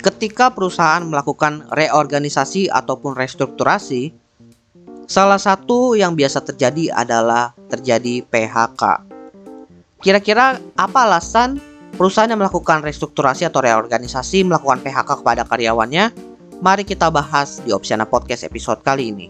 Ketika perusahaan melakukan reorganisasi ataupun restrukturasi, salah satu yang biasa terjadi adalah terjadi PHK. Kira-kira apa alasan perusahaan yang melakukan restrukturasi atau reorganisasi melakukan PHK kepada karyawannya? Mari kita bahas di Opsiana Podcast episode kali ini.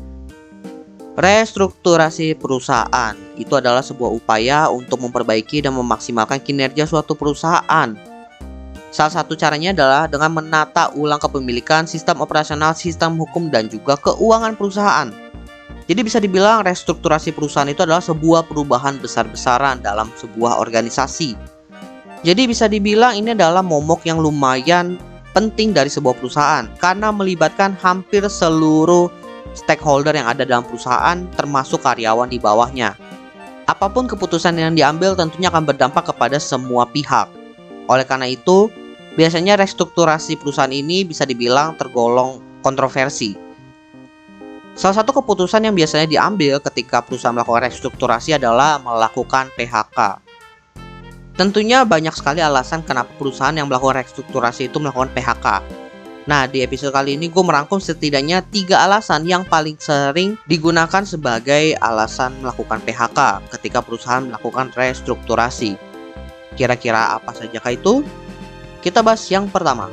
Restrukturasi perusahaan itu adalah sebuah upaya untuk memperbaiki dan memaksimalkan kinerja suatu perusahaan. Salah satu caranya adalah dengan menata ulang kepemilikan, sistem operasional, sistem hukum, dan juga keuangan perusahaan. Jadi bisa dibilang restrukturasi perusahaan itu adalah sebuah perubahan besar-besaran dalam sebuah organisasi. Jadi bisa dibilang ini adalah momok yang lumayan penting dari sebuah perusahaan karena melibatkan hampir seluruh stakeholder yang ada dalam perusahaan termasuk karyawan di bawahnya. Apapun keputusan yang diambil tentunya akan berdampak kepada semua pihak. Oleh karena itu, biasanya restrukturasi perusahaan ini bisa dibilang tergolong kontroversi. Salah satu keputusan yang biasanya diambil ketika perusahaan melakukan restrukturasi adalah melakukan PHK. Tentunya banyak sekali alasan kenapa perusahaan yang melakukan restrukturasi itu melakukan PHK. Nah, di episode kali ini gue merangkum setidaknya 3 alasan yang paling sering digunakan sebagai alasan melakukan PHK ketika perusahaan melakukan restrukturasi. Kira-kira apa sajakah itu? Kita bahas yang pertama.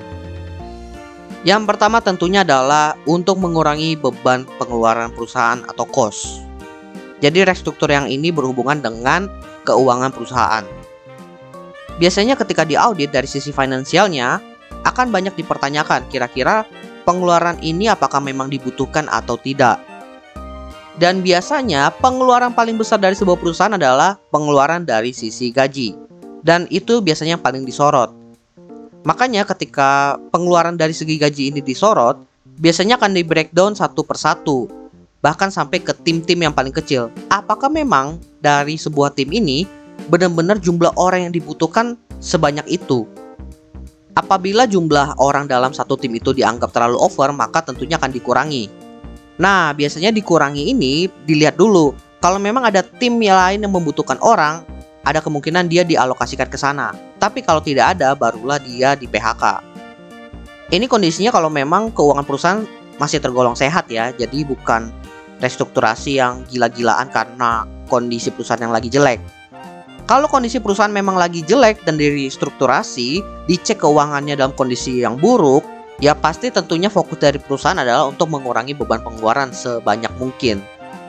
Yang pertama tentunya adalah untuk mengurangi beban pengeluaran perusahaan atau cost. Jadi restruktur yang ini berhubungan dengan keuangan perusahaan. Biasanya ketika diaudit dari sisi finansialnya, akan banyak dipertanyakan kira-kira pengeluaran ini apakah memang dibutuhkan atau tidak. Dan biasanya pengeluaran paling besar dari sebuah perusahaan adalah pengeluaran dari sisi gaji. Dan itu biasanya paling disorot. Makanya ketika pengeluaran dari segi gaji ini disorot, biasanya akan di breakdown satu persatu. Bahkan sampai ke tim-tim yang paling kecil. Apakah memang dari sebuah tim ini benar-benar jumlah orang yang dibutuhkan sebanyak itu? Apabila jumlah orang dalam satu tim itu dianggap terlalu over, maka tentunya akan dikurangi. Nah, biasanya dikurangi ini dilihat dulu. Kalau memang ada tim yang lain yang membutuhkan orang, ada kemungkinan dia dialokasikan ke sana. Tapi kalau tidak ada, barulah dia di PHK. Ini kondisinya kalau memang keuangan perusahaan masih tergolong sehat ya. Jadi bukan restrukturasi yang gila-gilaan karena kondisi perusahaan yang lagi jelek. Kalau kondisi perusahaan memang lagi jelek dan direstrukturasi, dicek keuangannya dalam kondisi yang buruk, ya pasti tentunya fokus dari perusahaan adalah untuk mengurangi beban pengeluaran sebanyak mungkin.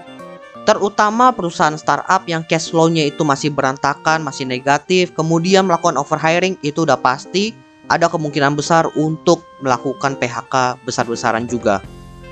Terutama perusahaan startup yang cash flow-nya itu masih berantakan, masih negatif, kemudian melakukan overhiring, itu udah pasti ada kemungkinan besar untuk melakukan PHK besar-besaran juga.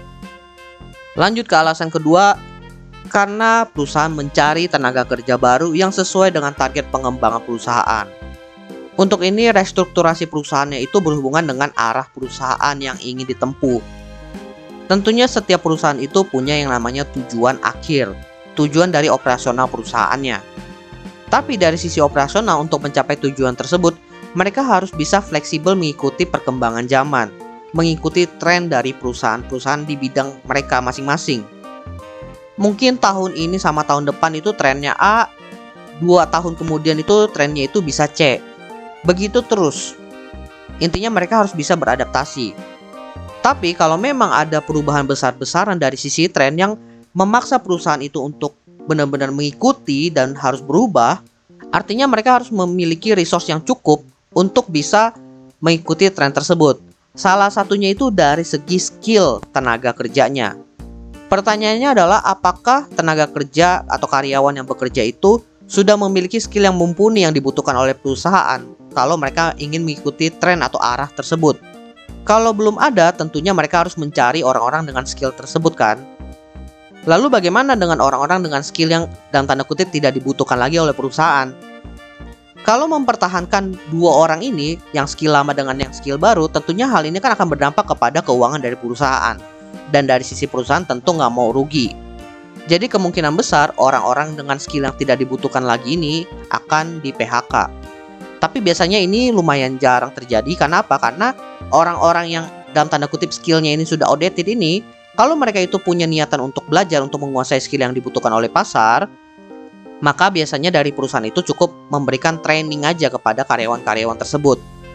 Lanjut ke alasan kedua, karena perusahaan mencari tenaga kerja baru yang sesuai dengan target pengembangan perusahaan. Untuk ini restrukturasi perusahaannya itu berhubungan dengan arah perusahaan yang ingin ditempuh. Tentunya setiap perusahaan itu punya yang namanya tujuan akhir, tujuan dari operasional perusahaannya. Tapi dari sisi operasional untuk mencapai tujuan tersebut, mereka harus bisa fleksibel mengikuti perkembangan zaman, mengikuti tren dari perusahaan-perusahaan di bidang mereka masing-masing. Mungkin tahun ini sama tahun depan itu trennya A, 2 tahun kemudian itu trennya itu bisa C. Begitu terus. Intinya mereka harus bisa beradaptasi. Tapi kalau memang ada perubahan besar-besaran dari sisi tren yang memaksa perusahaan itu untuk benar-benar mengikuti dan harus berubah, artinya mereka harus memiliki resource yang cukup untuk bisa mengikuti tren tersebut. Salah satunya itu dari segi skill tenaga kerjanya. Pertanyaannya adalah apakah tenaga kerja atau karyawan yang bekerja itu sudah memiliki skill yang mumpuni yang dibutuhkan oleh perusahaan kalau mereka ingin mengikuti tren atau arah tersebut. Kalau belum ada, tentunya mereka harus mencari orang-orang dengan skill tersebut kan. Lalu bagaimana dengan orang-orang dengan skill yang dalam tanda kutip tidak dibutuhkan lagi oleh perusahaan? Kalau mempertahankan 2 orang ini, yang skill lama dengan yang skill baru, tentunya hal ini kan akan berdampak kepada keuangan dari perusahaan. Dan dari sisi perusahaan tentu nggak mau rugi. Jadi kemungkinan besar orang-orang dengan skill yang tidak dibutuhkan lagi ini akan di PHK. Tapi biasanya ini lumayan jarang terjadi. Karena apa? Karena orang-orang yang dalam tanda kutip skillnya ini sudah outdated ini, kalau mereka itu punya niatan untuk belajar, untuk menguasai skill yang dibutuhkan oleh pasar, maka biasanya dari perusahaan itu cukup memberikan training aja kepada karyawan-karyawan tersebut.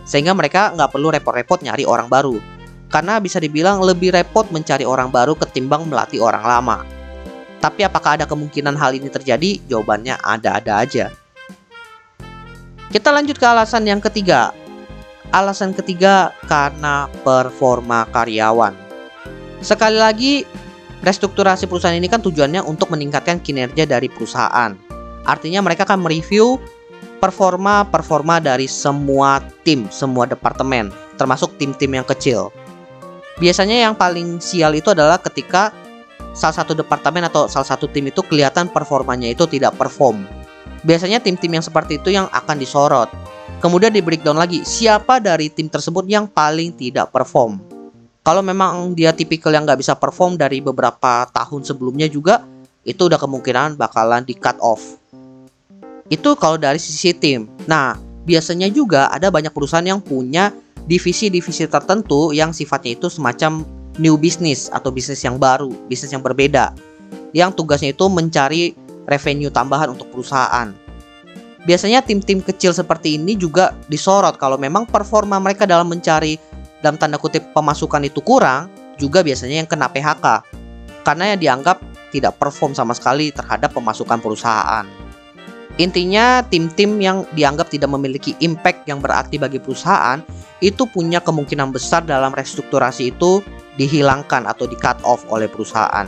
sehingga mereka nggak perlu repot-repot nyari orang baru. Karena bisa dibilang lebih repot mencari orang baru ketimbang melatih orang lama. Tapi apakah ada kemungkinan hal ini terjadi? Jawabannya ada-ada aja. Kita lanjut ke alasan yang ketiga. Alasan ketiga karena performa karyawan. Sekali lagi, restrukturasi perusahaan ini kan tujuannya untuk meningkatkan kinerja dari perusahaan. Artinya mereka akan mereview performa dari semua tim, semua departemen, termasuk tim-tim yang kecil. Biasanya yang paling sial itu adalah ketika salah satu departemen atau salah satu tim itu kelihatan performanya itu tidak perform. Biasanya tim-tim yang seperti itu yang akan disorot. Kemudian di breakdown lagi, siapa dari tim tersebut yang paling tidak perform. Kalau memang dia tipikal yang nggak bisa perform dari beberapa tahun sebelumnya juga, itu udah kemungkinan bakalan di cut off. Itu kalau dari sisi tim. Nah, biasanya juga ada banyak perusahaan yang punya divisi-divisi tertentu yang sifatnya itu semacam new business atau bisnis yang baru, bisnis yang berbeda, yang tugasnya itu mencari revenue tambahan untuk perusahaan. Biasanya tim-tim kecil seperti ini juga disorot kalau memang performa mereka dalam mencari, dalam tanda kutip, pemasukan itu kurang, juga biasanya yang kena PHK karena yang dianggap tidak perform sama sekali terhadap pemasukan perusahaan. Intinya tim-tim yang dianggap tidak memiliki impact yang berarti bagi perusahaan itu punya kemungkinan besar dalam restrukturasi itu dihilangkan atau di cut off oleh perusahaan.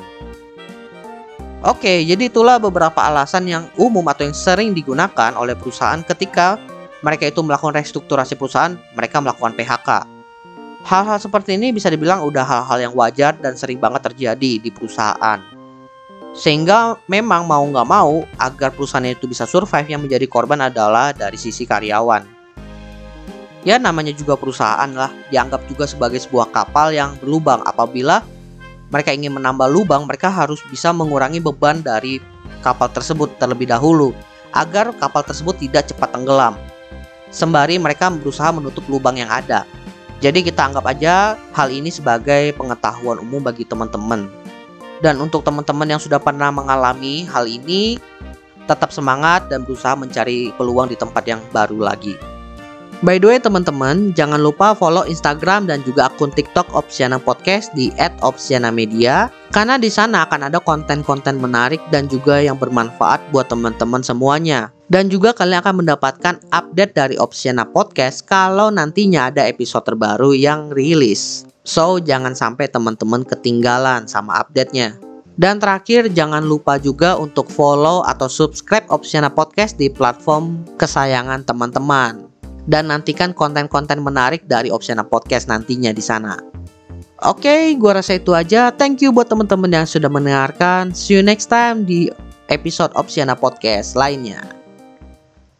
Oke, jadi itulah beberapa alasan yang umum atau yang sering digunakan oleh perusahaan ketika mereka itu melakukan restrukturasi perusahaan, mereka melakukan PHK. Hal-hal seperti ini bisa dibilang udah hal-hal yang wajar dan sering banget terjadi di perusahaan. Sehingga memang mau nggak mau, agar perusahaan itu bisa survive, yang menjadi korban adalah dari sisi karyawan. Ya namanya juga perusahaan lah, dianggap juga sebagai sebuah kapal yang berlubang. Apabila mereka ingin menambah lubang, mereka harus bisa mengurangi beban dari kapal tersebut terlebih dahulu, agar kapal tersebut tidak cepat tenggelam. Sembari mereka berusaha menutup lubang yang ada. Jadi kita anggap aja hal ini sebagai pengetahuan umum bagi teman-teman. Dan untuk teman-teman yang sudah pernah mengalami hal ini, tetap semangat dan berusaha mencari peluang di tempat yang baru lagi. By the way teman-teman, jangan lupa follow Instagram dan juga akun TikTok Opsiana Podcast di @opsianamedia, karena di sana akan ada konten-konten menarik dan juga yang bermanfaat buat teman-teman semuanya. Dan juga kalian akan mendapatkan update dari Opsiana Podcast kalau nantinya ada episode terbaru yang rilis. So, jangan sampai teman-teman ketinggalan sama update-nya. Dan terakhir, jangan lupa juga untuk follow atau subscribe Opsiana Podcast di platform kesayangan teman-teman. Dan nantikan konten-konten menarik dari Opsiana Podcast nantinya di sana. Oke, gua rasa itu aja. Thank you buat teman-teman yang sudah mendengarkan. See you next time di episode Opsiana Podcast lainnya.